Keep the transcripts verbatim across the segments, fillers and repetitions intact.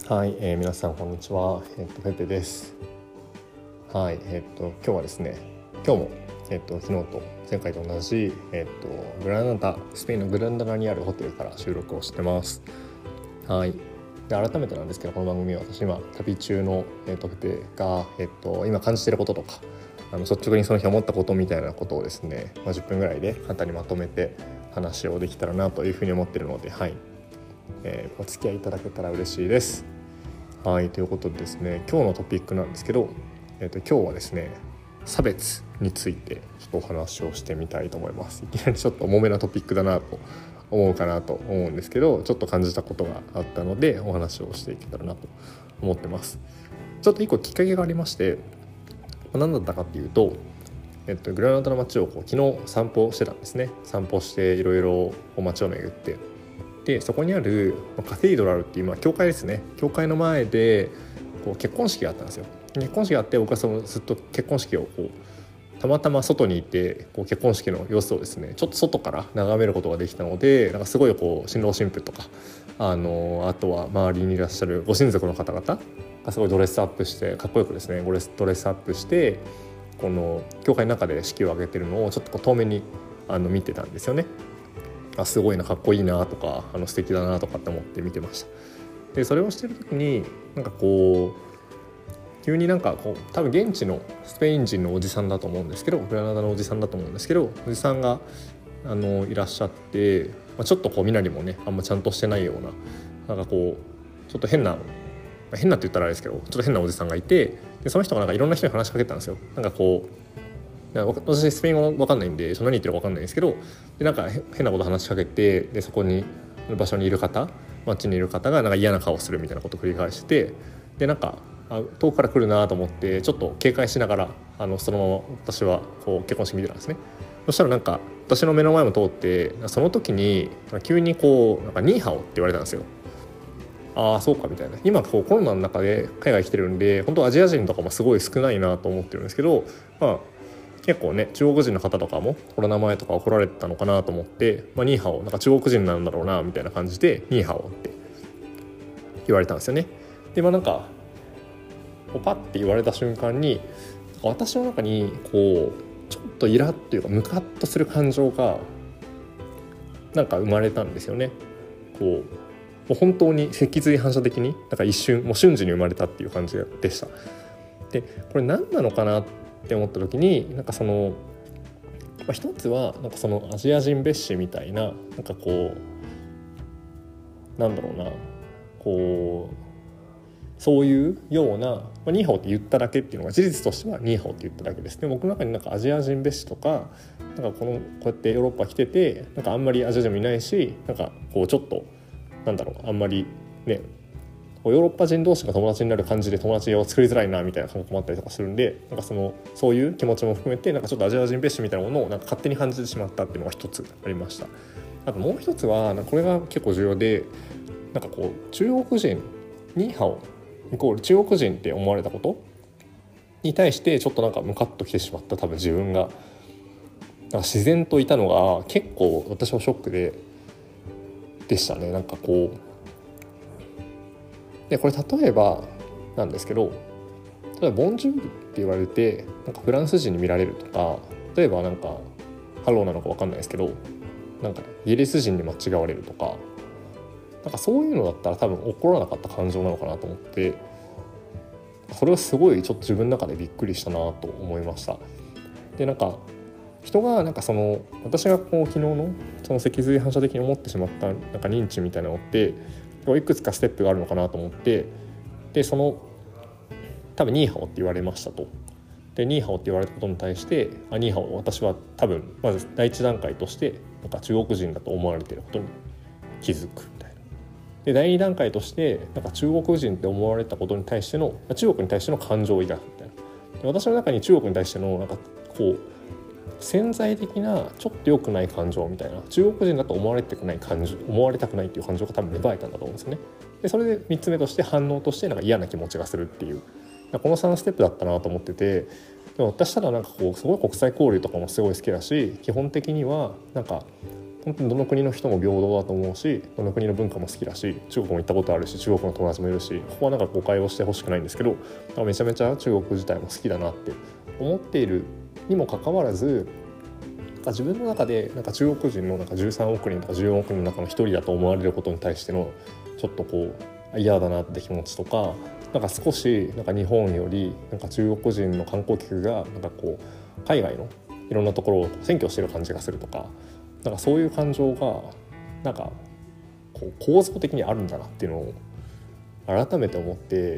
はい、えー、皆さんこんにちは。えっとペペです。はい、えっと今日はですね、今日もえっと昨日と前回と同じえっとグラナダ、スペインのグラナダにあるホテルから収録をしてます。はい。で改めてなんですけど、この番組は私今旅中のえっとペペがえっと今感じていることとか、あの率直にその日思ったことみたいなことをですね、まあ、じゅっぷんぐらいで簡単にまとめて話をできたらなというふうに思っているので、はい、えー、お付き合いいただけたら嬉しいです。はい、ということでですね、今日のトピックなんですけど、えー、と今日はですね、差別についてちょっとお話をしてみたいと思います。いきなりちょっと重めなトピックだなと思うかなと思うんですけど、ちょっと感じたことがあったのでお話をしていけたらなと思ってます。ちょっと一個きっかけがありまして、何だったかっていうと、えっと、グラナダの街をこう昨日散歩してたんですね。散歩していろいろ街を巡って、でそこにあるカティドラルっていう、まあ、教会ですね。教会の前でこう結婚式があったんですよ。結婚式があって、僕はそのずっと結婚式をこうたまたま外にいて、こう結婚式の様子をですねちょっと外から眺めることができたので、なんかすごいこう新郎新婦とか、あのあとは周りにいらっしゃるご親族の方々がすごいドレスアップしてかっこよくですねドレスドレスアップしてこの教会の中で式を挙げてるのをちょっとこう遠目にあの見てたんですよね。あすごいな、かっこいいなとか、あの素敵だなとかって思って見てました。でそれをしてる時になんかこう急になんかこう多分現地のスペイン人のおじさんだと思うんですけど、グラナダのおじさんだと思うんですけど、おじさんがあのいらっしゃって、まあ、ちょっとこう身なりもねあんまちゃんとしてないような、なんかこうちょっと変な変なって言ったらあれですけど、ちょっと変なおじさんがいて、でその人がなんかいろんな人に話しかけたんですよ。なんかこう私スペイン語分かんないんで何言ってるか分かんないんですけど、でなんか変なこと話しかけて、でそこに場所にいる方、街にいる方がなんか嫌な顔するみたいなことを繰り返して、でなんかあ遠くから来るなと思ってちょっと警戒しながらあのそのまま私はこう結婚式見てたんですね。そしたらなんか私の目の前も通って、その時に急にこうなんかニーハオって言われたんですよ。ああそうかみたいな。今こうコロナの中で海外来てるんで、本当アジア人とかもすごい少ないなと思ってるんですけど、まあ結構ね中国人の方とかもコロナ前とか来られてたのかなと思って、まあ、ニーハオなんか中国人なんだろうなみたいな感じでニーハオって言われたんですよね。でまあなんかパッて言われた瞬間に私の中にこうちょっとイラッというかムカッとする感情がなんか生まれたんですよね。こうもう本当に脊髄反射的になんか一瞬もう瞬時に生まれたっていう感じでした。でこれ何なのかなって思った時に、なんかその、まあ、一つはなんかそのアジア人蔑視みたいな、なんかこうなんだろうな、こうそういうような、まあ、ニーハオって言っただけっていうのが事実としてはニーハオって言っただけです。で僕の中になんかアジア人蔑視とか、なんかこのこうやってヨーロッパ来ててなんかあんまりアジア人もいないし、なんかこうちょっとなんだろうあんまりねヨーロッパ人同士が友達になる感じで友達を作りづらいなみたいな感覚もあったりとかするんで、なんかそのそういう気持ちも含めてなんかちょっとアジア人蔑視みたいなものをなんか勝手に感じてしまったっていうのが一つありました。あともう一つはなんかこれが結構重要で、なんかこう中国人ニーハオイコール中国人って思われたことに対してちょっとなんかムカッときてしまった、多分自分がなんか自然といたのが結構私はショックででしたね。なんかこうでこれ例えばなんですけど、例えばボンジュールって言われてなんかフランス人に見られるとか、例えばなんかハローなのか分かんないですけどなんかイギリス人に間違われるとか、なんかそういうのだったら多分起こらなかった感情なのかなと思って、それはすごいちょっと自分の中でびっくりしたなと思いました。でなんか人がなんかその私がこう昨日のその脊髄反射的に思ってしまったなんか認知みたいなのっていくつかステップがあるのかなと思って、でその多分ニーハオって言われましたと。でニーハオって言われたことに対して、あニーハオ私は多分まず第一段階としてなんか中国人だと思われていることに気づくみたいな。で第二段階としてなんか中国人って思われたことに対しての中国に対しての感情を抱くみたいな。で私の中に中国に対してのなんかこう潜在的なちょっと良くない感情みたいな、中国人だと思われたくない感情、思われたくないっていう感情が多分芽生えたんだと思うんですよね。でそれでみっつめとして反応としてなんか嫌な気持ちがするっていう、このさんステップだったなと思ってて、でも私たらなんかこうすごい国際交流とかもすごい好きだし、基本的にはなんか本当にどの国の人も平等だと思うし、どの国の文化も好きだし、中国も行ったことあるし、中国の友達もいるし、ここはなんか誤解をしてほしくないんですけど、めちゃめちゃ中国自体も好きだなって思っているにもかかわらず、自分の中でなんか中国人のなんかじゅうさんおくにんとかじゅうよんおくにんの中の一人だと思われることに対してのちょっとこう嫌だなって気持ちとか、なんか少しなんか日本よりなんか中国人の観光客がなんかこう海外のいろんなところを占拠してる感じがするとか、なんかそういう感情がなんかこう構造的にあるんだなっていうのを改めて思って、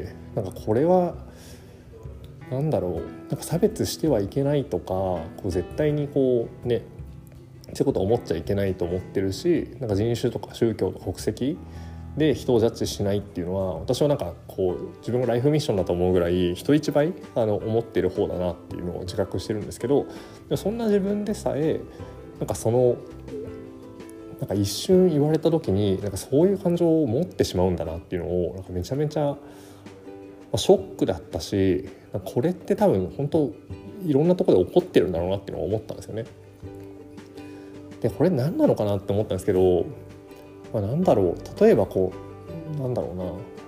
なんかこれはなんだろう、なんか差別してはいけないとか、こう絶対にこうねそういうことを思っちゃいけないと思ってるし、なんか人種とか宗教とか国籍で人をジャッジしないっていうのは、私はなんかこう自分のライフミッションだと思うぐらい人一倍あの思ってる方だなっていうのを自覚してるんですけど、そんな自分でさえなんかそのなんか一瞬言われた時になんかそういう感情を持ってしまうんだなっていうのをなんかめちゃめちゃショックだったし、これって多分本当いろんなところで起こってるんだろうなっていうのを思ったんですよね。でこれ何なのかなって思ったんですけど、まあ、なんだろう、例えばこうなんだろうな、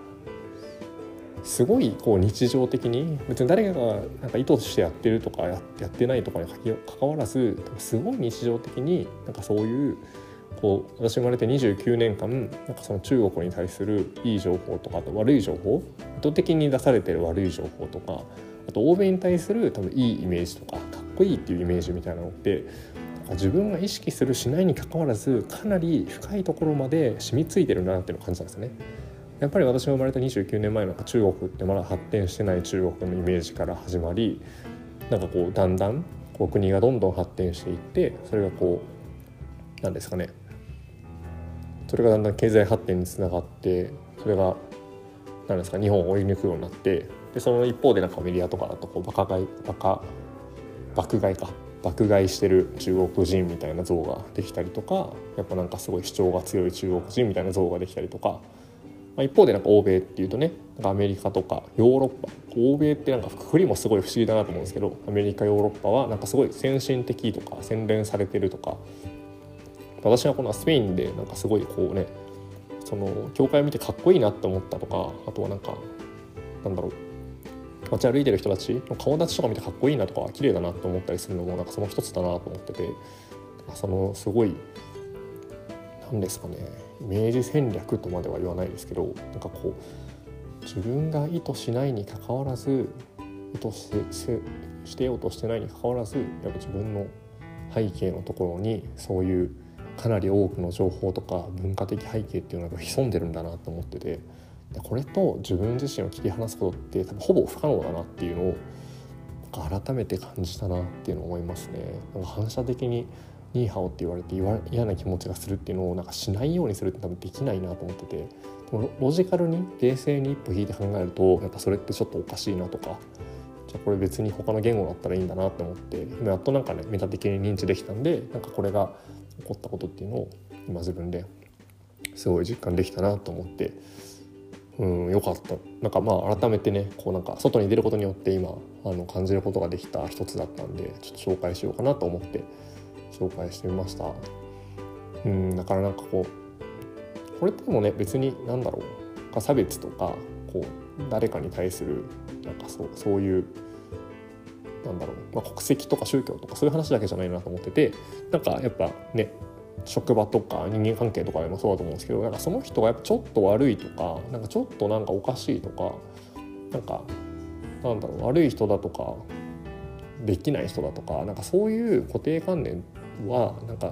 すごいこう日常的に別に誰かがなんか意図してやってるとか や, やってないとかにかかわらず、すごい日常的になんかそういうこう私生まれてにじゅうきゅうねんかんなんかその中国に対するいい情報とか、あと悪い情報、意図的に出されてる悪い情報とか、あと欧米に対する多分いいイメージとかかっこいいっていうイメージみたいなのって自分が意識するしないにかかわらずかなり深いところまで染みついてるなっていうのを感じたんですよね。やっぱり私が生まれたにじゅうきゅうねんまえの中国ってまだ発展してない中国のイメージから始まり、なんかこうだんだんこう国がどんどん発展していって、それがこうなんですかね、それがだんだん経済発展につながって、それがなんですか日本を追い抜くようになって、でその一方でなんかメディアとかだとこうバカ買いバカ爆買いか爆買いしてる中国人みたいな像ができたりとか、やっぱなんかすごい主張が強い中国人みたいな像ができたりとか、まあ、一方でなんか欧米っていうとね、なんかアメリカとかヨーロッパ、欧米ってなんかくりもすごい不思議だなと思うんですけど、アメリカヨーロッパはなんかすごい先進的とか洗練されてるとか、私はこのスペインでなんかすごいこうね、その教会を見てかっこいいなって思ったとか、あとはなんかなんだろう、街歩いてる人たちの顔立ちとか見てかっこいいなとか綺麗だなって思ったりするのもなんかその一つだなと思ってて、そのすごいなんですかね、イメージ戦略とまでは言わないですけど、なんかこう自分が意図しないにかかわらず、意図してしてようとしてないにかかわらず、やっぱ自分の背景のところにそういうかなり多くの情報とか文化的背景っていうのが潜んでるんだなと思ってて、これと自分自身を切り離すことって多分ほぼ不可能だなっていうのを改めて感じたなっていうのを思いますね。なんか反射的にニーハオって言われて嫌な気持ちがするっていうのをなんかしないようにするって多分できないなと思ってて、でもロジカルに冷静に一歩引いて考えるとやっぱそれってちょっとおかしいなとか、じゃあこれ別に他の言語だったらいいんだなって思って、今やっとなんかねメタ的に認知できたんで、なんかこれが起こったことっていうのを今自分ですごい実感できたなと思って、うんよかった。なんかまあ改めてねこうなんか外に出ることによって今あの感じることができた一つだったんで、ちょっと紹介しようかなと思って紹介してみました。うんだからなんかこうこれってもね別に何だろう差別とかこう誰かに対するなんかそうそういうなんだろう、まあ、国籍とか宗教とかそういう話だけじゃないなと思ってて、なんかやっぱね職場とか人間関係とかでもそうだと思うんですけど、なんかその人がやっぱちょっと悪いとか、なんかちょっとなんかおかしいとか、なんかなんだろう悪い人だとかできない人だとか、なんかそういう固定観念はなんか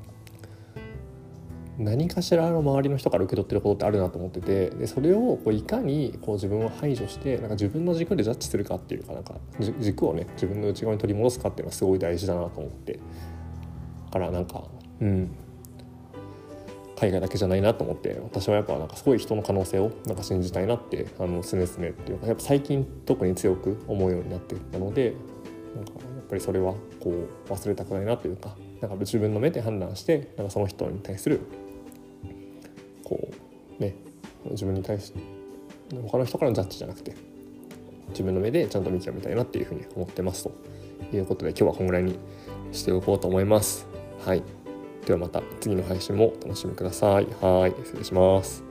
何かしらの周りの人から受け取ってることってあるなと思ってて、でそれをこういかにこう自分を排除してなんか自分の軸でジャッジするかっていうか、なんか軸をね自分の内側に取り戻すかっていうのはすごい大事だなと思って、だからなんかうん海外だけじゃないなと思って、私はやっぱなんかすごい人の可能性をなんか信じたいなってあの常々っていうか、やっぱ最近特に強く思うようになっていったので、なんかやっぱりそれはこう忘れたくないなというか、なんか自分の目で判断してなんかその人に対するこうね自分に対して他の人からのジャッジじゃなくて自分の目でちゃんと見極めたいなっていうふうに思ってますということで、今日はこんぐらいにしておこうと思います。はい、というではまた次の配信もお楽しみください。はい、失礼します。